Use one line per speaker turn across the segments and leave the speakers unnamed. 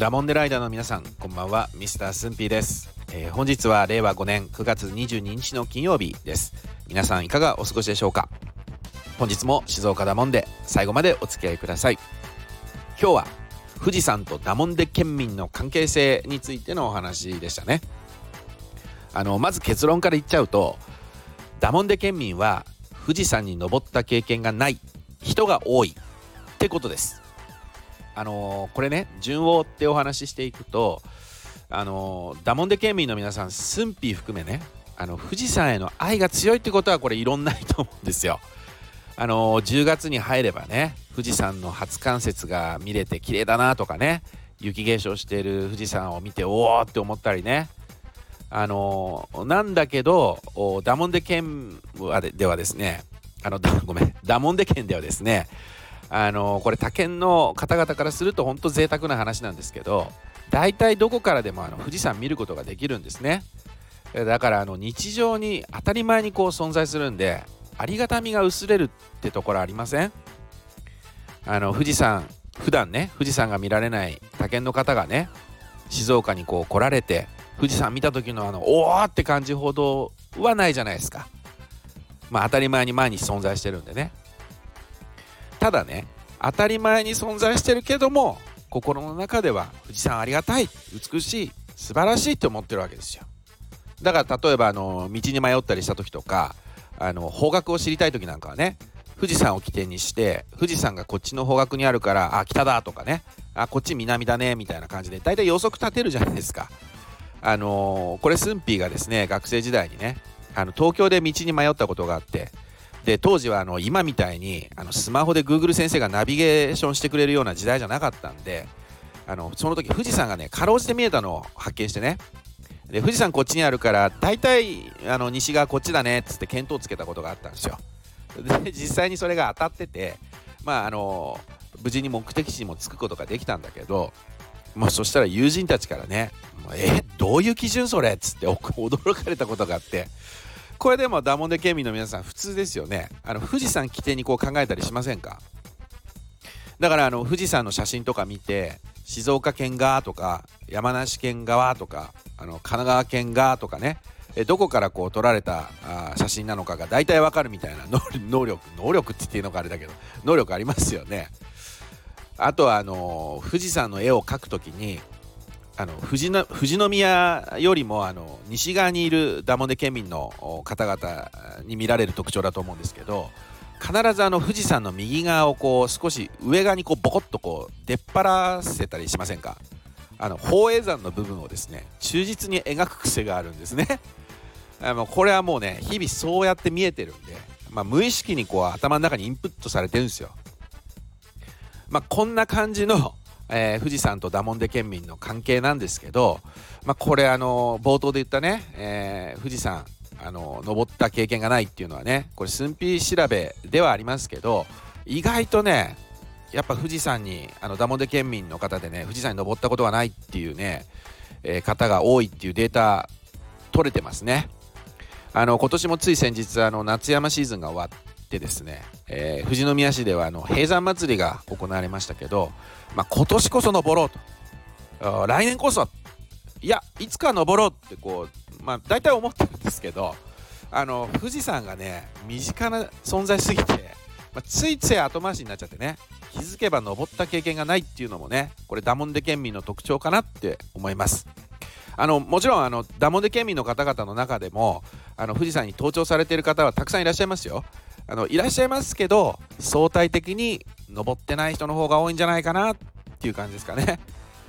ダモンデライダーの皆さん、こんばんは。ミスタースンピーです。本日は令和5年9月22日の金曜日です。皆さんいかがお過ごしでしょうか。本日も静岡ダモンデ最後までお付き合いください。今日は富士山とダモンデ県民の関係性についてのお話でしたね。まず結論から言っちゃうと、ダモンデ県民は富士山に登った経験がない人が多いってことです。これね、順を追ってお話ししていくと、ダモンデ県民の皆さん、スンピー含めね、富士山への愛が強いってことはこれ異論ないと思うんですよ。10月に入ればね、富士山の初冠雪が見れて綺麗だなとかね、雪化粧している富士山を見ておーって思ったりね、なんだけどダモンデ県ではですね、ダモンデ県ではですね、これ他県の方々からすると本当贅沢な話なんですけど、大体どこからでも富士山見ることができるんですね。だから日常に当たり前にこう存在するんで、ありがたみが薄れるってところありません？富士山、普段ね富士山が見られない他県の方がね、静岡にこう来られて富士山見た時のおーって感じほどはないじゃないですか。当たり前に毎日存在してるんでね。ただね、当たり前に存在してるけども、心の中では富士山ありがたい、美しい、素晴らしいって思ってるわけですよ。だから例えば道に迷ったりした時とか、方角を知りたい時なんかはね、富士山を起点にして富士山がこっちの方角にあるから、北だとかね、こっち南だねみたいな感じで大体予測立てるじゃないですか。これスンピーがですね、学生時代にね、東京で道に迷ったことがあって、で当時は今みたいにスマホで Google 先生がナビゲーションしてくれるような時代じゃなかったんで、その時富士山がねかろうじて見えたのを発見してね、で富士山こっちにあるから大体西側こっちだねっつって見当つけたことがあったんですよ。で実際にそれが当たってて、無事に目的地にも着くことができたんだけど、そしたら友人たちからね、どういう基準それっつって驚かれたことがあって、これでもダモンデ県民の皆さん普通ですよね。富士山起点にこう考えたりしませんか？だから富士山の写真とか見て、静岡県側とか山梨県側とか神奈川県側とかね、どこからこう撮られた写真なのかが大体わかるみたいな能力って言っていいのかあれだけど、能力ありますよね。あとは富士山の絵を描くときに富士宮よりも西側にいるダモンデ県民の方々に見られる特徴だと思うんですけど、必ず富士山の右側をこう少し上側にこうボコッとこう出っ張らせたりしませんか？宝永山の部分をですね忠実に描く癖があるんですね。これはもうね日々そうやって見えてるんで、無意識にこう頭の中にインプットされてるんですよ。こんな感じの富士山とダモンデ県民の関係なんですけど、これ冒頭で言ったね、富士山登った経験がないっていうのはね、これ寸否調べではありますけど、意外とねやっぱ富士山にダモンデ県民の方でね富士山に登ったことがないっていうね、方が多いっていうデータ取れてますね。今年もつい先日夏山シーズンが終わってですね、富士宮市では閉山祭りが行われましたけど、今年こそ登ろうと、来年こそいつか登ろうってこう大体思ってるんですけど、富士山がね身近な存在すぎて、ついつい後回しになっちゃってね、気づけば登った経験がないっていうのもね、これダモンデ県民の特徴かなって思います。もちろんダモンデ県民の方々の中でも富士山に登頂されている方はたくさんいらっしゃいますよ。いらっしゃいますけど、相対的に登ってない人の方が多いんじゃないかなっていう感じですかね。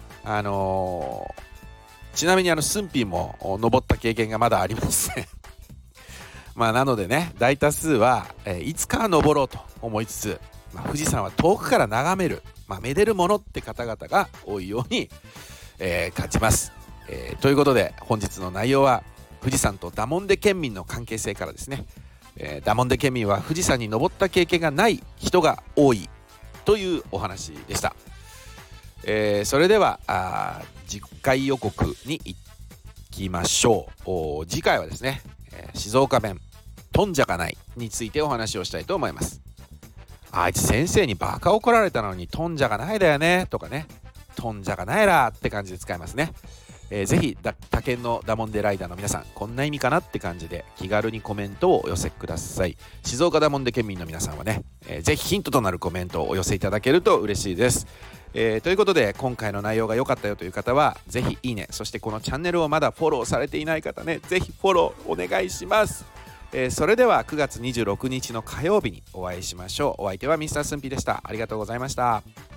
ちなみにスンピーも登った経験がまだありません。なのでね、大多数はいつか登ろうと思いつつ、富士山は遠くから眺める、めでるものって方々が多いように、感じます。ということで本日の内容は富士山とダモンデ県民の関係性からですね、ダモンデ県民は富士山に登った経験がない人が多いというお話でした。それでは次回予告に行きましょう。次回はですね、静岡弁とんじゃかないについてお話をしたいと思います。あいつ先生にバカ怒られたのにとんじゃがないだよねとかね、 とんじゃがないらって感じで使いますね。ぜひ他県のダモンデライダーの皆さん、こんな意味かなって感じで気軽にコメントをお寄せください。静岡ダモンデ県民の皆さんはね、ぜひヒントとなるコメントをお寄せいただけると嬉しいです。ということで今回の内容が良かったよという方はぜひいいね、そしてこのチャンネルをまだフォローされていない方ね、ぜひフォローお願いします。それでは9月26日の火曜日にお会いしましょう。お相手はミスタースンピーでした。ありがとうございました。